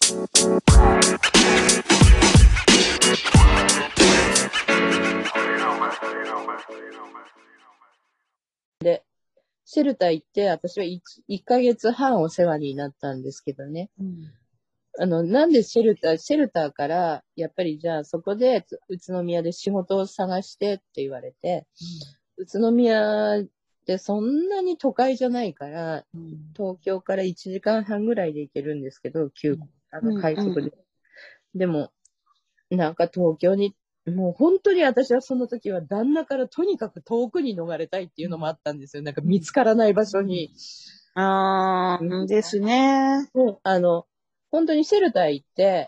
で、シェルター行って、私は 1ヶ月半お世話になったんですけどね。なんでシェルターから、やっぱりじゃあそこで宇都宮で仕事を探してって言われて、宇都宮ってそんなに都会じゃないから、東京から1時間半ぐらいで行けるんですけど、快速で。でも、なんか東京に、もう本当に私はその時は旦那からとにかく遠くに逃れたいっていうのもあったんですよ。なんか見つからない場所に。 ですね。 本当にシェルター行って、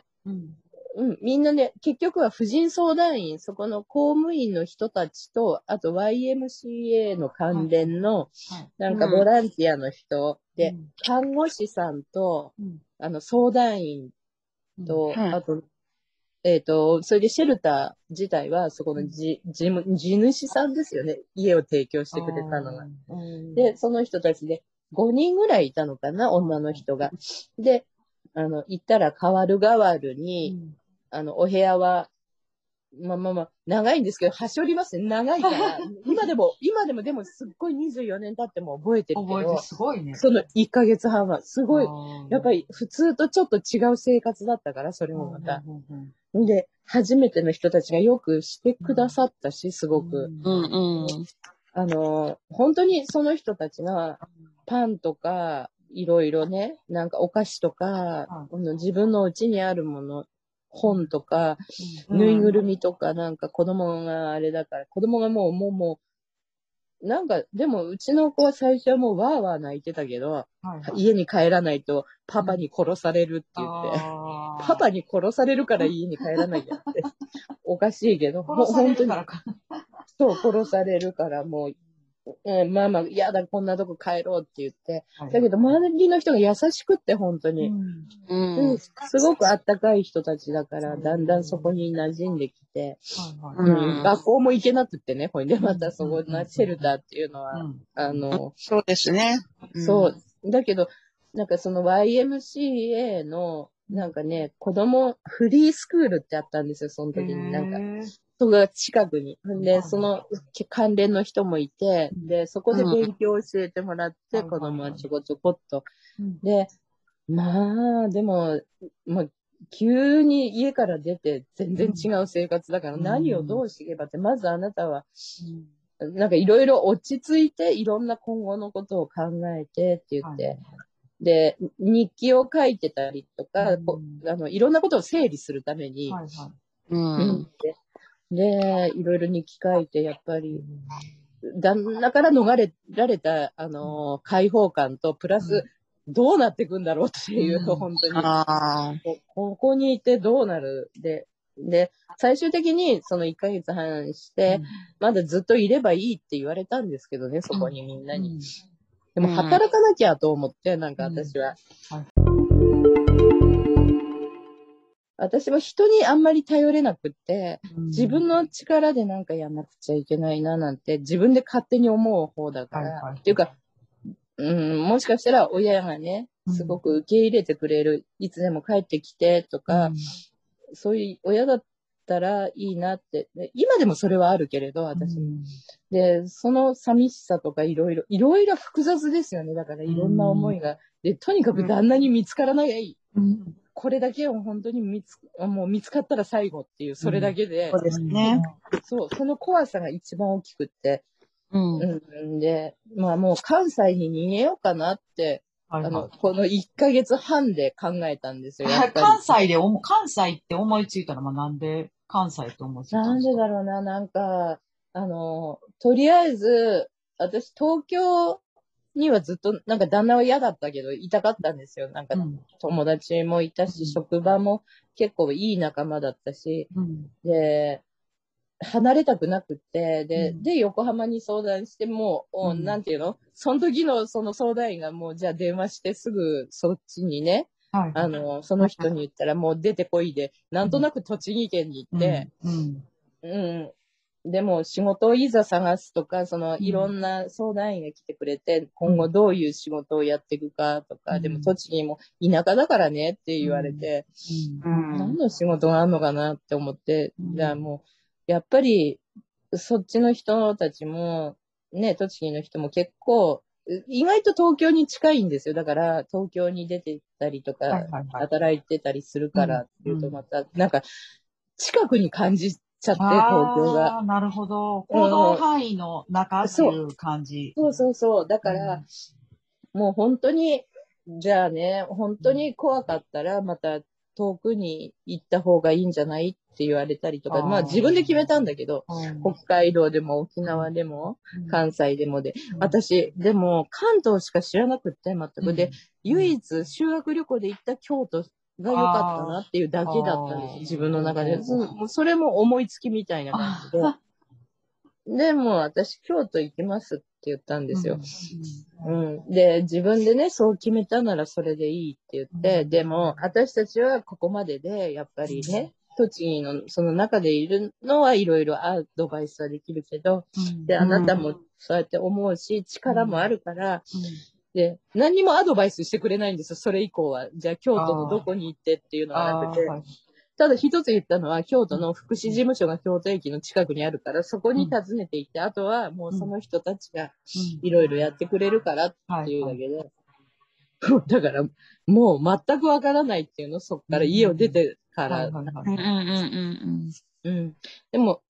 みんなね、結局は婦人相談員、そこの公務員の人たちと、あと YMCA の関連の、なんかボランティアの人で、看護師さんと、相談員と、あと、それでシェルター自体は、そこの地主さんですよね。家を提供してくれたのが。で、その人たちで5人ぐらいいたのかな、女の人が。で、行ったら代わる代わるに、お部屋は、長いんですけど、はしょりますね。長いから。今でもでもすっごい24年経っても覚えてるけど、 すごいね。 その1ヶ月半は、すごい、やっぱり普通とちょっと違う生活だったから、それもまた。で、初めての人たちがよくしてくださったし、すごく。本当にその人たちが、パンとか、いろいろね、なんかお菓子とか、自分の家にあるもの、本とか、ぬいぐるみとか、なんか子供があれだから、子供がもう、なんか、でもうちの子は最初はもうわーわー泣いてたけど、家に帰らないとパパに殺されるって言って、パパに殺されるから家に帰らなきゃって。おかしいけど、 殺されるからか。 そう、殺されるからもう、ママ、やだ、こんなとこ帰ろうって言って。だけど、周りの人が優しくって、本当に。すごくあったかい人たちだから、だんだんそこに馴染んできて、学校も行けなくってね、これでまたそこなシェルターっていうのは、 そうですね。 そう。だけど、なんかその YMCA の、なんかね、子供フリースクールってあったんですよ、その時に。なんか、そこが近くに。で、その関連の人もいて、で、そこで勉強を教えてもらって、子供はちょこちょこっと。で、でも、急に家から出て全然違う生活だから、何をどうしていけばって、まずあなたは、なんかいろいろ落ち着いて、いろんな今後のことを考えてって言って、で、日記を書いてたりとか、いろんなことを整理するために、で、いろいろ日記書いて、やっぱり、旦那から逃れられた、解放感と、プラス、どうなっていくんだろうっていう、本当に。ここにいてどうなるで、最終的にその1ヶ月半して、まだずっといればいいって言われたんですけどね、そこにみんなに。でも働かなきゃと思って、なんか私は。私も人にあんまり頼れなくって、自分の力でなんかやんなくちゃいけないななんて自分で勝手に思う方だから、っていうか、もしかしたら親がね、すごく受け入れてくれる、いつでも帰ってきてとか、そういう親だったらいいなって、今でもそれはあるけれど、私も。で、その寂しさとかいろいろ複雑ですよね。だからいろんな思いが。で、とにかく旦那に見つからない。これだけを本当にもう見つかったら最後っていう、それだけで。 そうですね。 そう、その怖さが一番大きくって。で、もう関西に逃げようかなって、この1ヶ月半で考えたんですよ、やっぱり。 関西って思いついたら、なんで関西って思いついたなんんですか？ でだろうな、なんか、とりあえず、私、東京にはずっと、なんか旦那は嫌だったけど、いたかったんですよ。なんか、友達もいたし、職場も結構いい仲間だったし、で、離れたくなくって、で、横浜に相談しても、なんていうのその時のその相談員がもう、じゃあ電話してすぐそっちにね、その人に言ったらもう出てこいで、なんとなく栃木県に行って、 でも仕事をいざ探すとか、いろんな相談員が来てくれて、今後どういう仕事をやっていくかとか、でも栃木も田舎だからねって言われて、何の仕事があるのかなって思って、じゃあもう、やっぱり、そっちの人たちも、ね、栃木の人も結構、意外と東京に近いんですよ。だから、東京に出てたりとか、働いてたりするからっていうと、また、なんか、近くに感じちゃって、東京が。 ああ、なるほど。行動範囲の中っていう感じ。 そう。だから、もう本当に、じゃあね、本当に怖かったら、また遠くに行った方がいいんじゃないって言われたりとか、まあ自分で決めたんだけど、北海道でも沖縄でも、関西でもで、私、でも関東しか知らなくって、全く。で、唯一修学旅行で行った京都が良かったなっていうだけだったんです、自分の中で。もうそれも思いつきみたいな感じで。で、もう私、京都行きますって言ったんですよ。で、自分でね、そう決めたならそれでいいって言って、でも、私たちはここまでで、やっぱりね、栃木のその中でいるのはいろいろアドバイスはできるけど、で、あなたもそうやって思うし、力もあるから、で、何にもアドバイスしてくれないんですよ、それ以降は。じゃあ、京都のどこに行ってっていうのがなくて。ただ一つ言ったのは、京都の福祉事務所が京都駅の近くにあるから、そこに訪ねて行って、あとはもうその人たちがいろいろやってくれるからっていうだけで、だからもう全くわからないっていうの、そっから家を出てから。でも、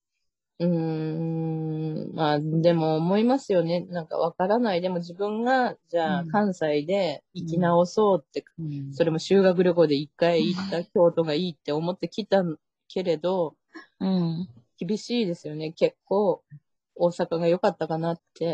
まあ、でも思いますよね。なんかわからない。でも自分が、じゃあ関西で生き直そうって、それも修学旅行で一回行った京都がいいって思ってきたけれど、厳しいですよね。結構、大阪が良かったかなって、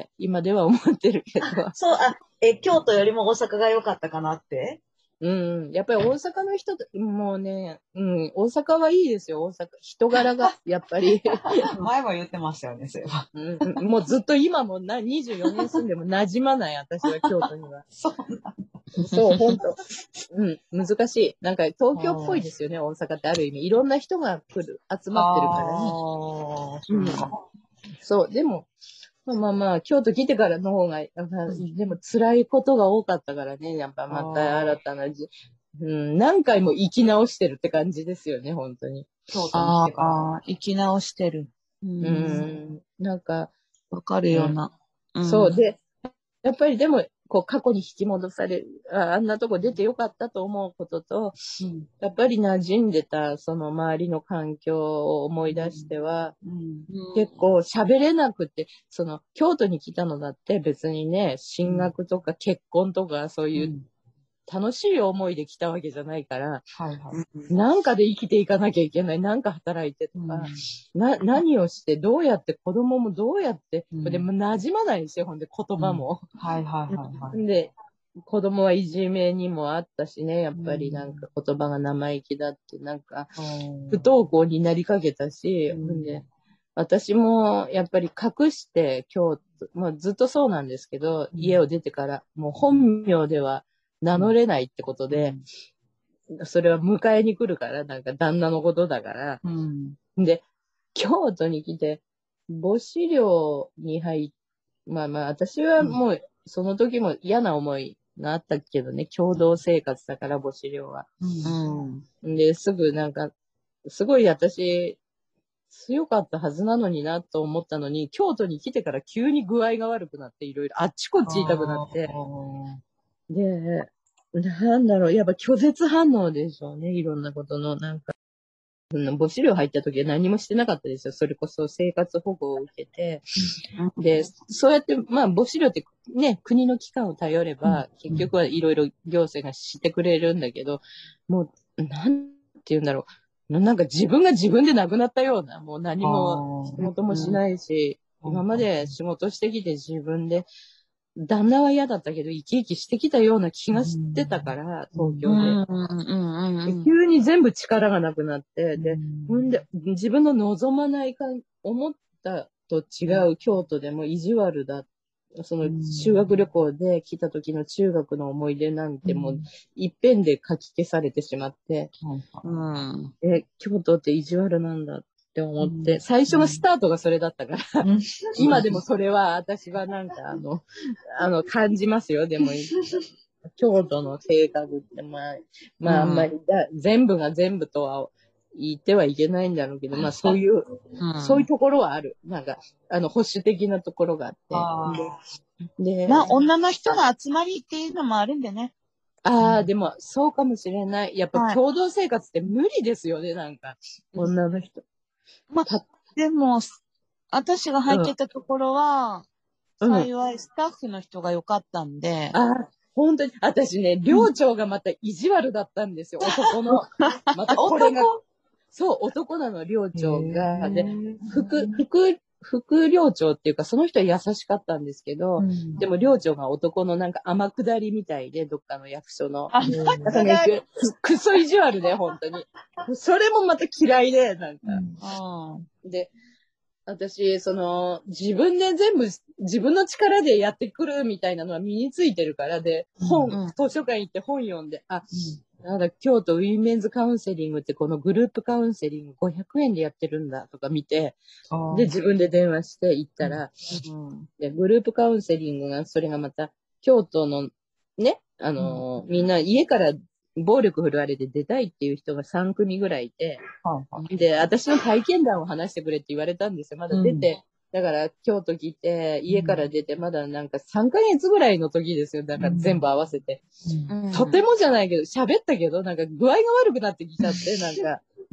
今では思ってるけど。 そう、京都よりも大阪が良かったかなって？ やっぱり大阪の人、もうね、大阪はいいですよ、大阪。人柄が、やっぱり。 前も言ってましたよね、そういえば。 もうずっと今も24年住んでも馴染まない、私は京都には。そう、本当難しい。なんか東京っぽいですよね、大阪ってある意味。いろんな人が来る、集まってるからね。そう、でも、まあ、京都来てからの方が、でも辛いことが多かったからね、やっぱまた新たな何回も生き直してるって感じですよね、本当に。 京都に来てから。 生き直してる。 なんか、 わかるような。 そうで、やっぱりでも、こう過去に引き戻される、あんなとこ出てよかったと思うことと、やっぱり馴染んでたその周りの環境を思い出しては、結構喋れなくて、京都に来たのだって別にね、進学とか結婚とかそういう楽しい思いで来たわけじゃないから、なんかで生きていかなきゃいけない、なんか働いてとか、何をして、どうやって子供もどうやって、でも馴染まないですよ、ほんで言葉も。で、子供はいじめにもあったしね、やっぱりなんか言葉が生意気だって、なんか不登校になりかけたし、で私もやっぱり隠して京都、まあずっとそうなんですけど、家を出てからもう本名では名乗れないってことで、それは迎えに来るから、なんか旦那のことだから。で、京都に来て、母子寮に入っまあ私はもう、その時も嫌な思いがあったけどね、共同生活だから、母子寮は。で、すぐなんか、すごい私、強かったはずなのになと思ったのに、京都に来てから急に具合が悪くなって、いろいろあっちこっち痛くなって。で、なんだろう、やっぱ拒絶反応でしょうね、いろんなことの、なんか。母子寮入った時は何もしてなかったですよ。それこそ生活保護を受けて。で、そうやって、まあ、母子寮ってね、国の機関を頼れば、結局はいろいろ行政がしてくれるんだけど、もう、なんて言うんだろう。なんか自分が自分で亡くなったような、もう何も仕事もしないし、今まで仕事してきて自分で、旦那は嫌だったけど、生き生きしてきたような気がしてたから、東京で。急に全部力がなくなって、で、自分の望まない思ったと違う京都でも意地悪だ。修学旅行で来た時の中学の思い出なんてもう、いっぺんで書き消されてしまって、京都って意地悪なんだっって思って、最初のスタートがそれだったから、今でもそれは私はなんか感じますよ。でも、京都の性格って、あんまり全部が全部とは言ってはいけないんだろうけど、そういうところはある。なんか、保守的なところがあって。で、 女の人の集まりっていうのもあるんでね。 でも、そうかもしれない。やっぱ共同生活って無理ですよね、なんか。女の人。 でも、私が入ってたところは、幸いスタッフの人が良かったんで。 本当に。私ね、寮長がまた意地悪だったんですよ、男の。またこれが。そう、男なの、寮長が。で、副寮長っていうか、その人は優しかったんですけど、でも寮長が男のなんか天下りみたいで、どっかの役所の。クソ意地悪で、本当に。それもまた嫌いで、なんか。で、私、自分で全部、自分の力でやってくるみたいなのは身についてるからで、図書館行って本読んで、京都ウィメンズカウンセリングってこのグループカウンセリング500円でやってるんだとか見て、で、自分で電話して行ったら、で、グループカウンセリングが、それがまた、京都のね、みんな家から暴力振るわれて出たいっていう人が3組ぐらいいて、で、私の体験談を話してくれって言われたんですよ。まだ出て、だから京都来て、家から出て、まだなんか3ヶ月ぐらいの時ですよ。だから全部合わせて。とてもじゃないけど、喋ったけど、なんか具合が悪くなってきちゃって、なんか、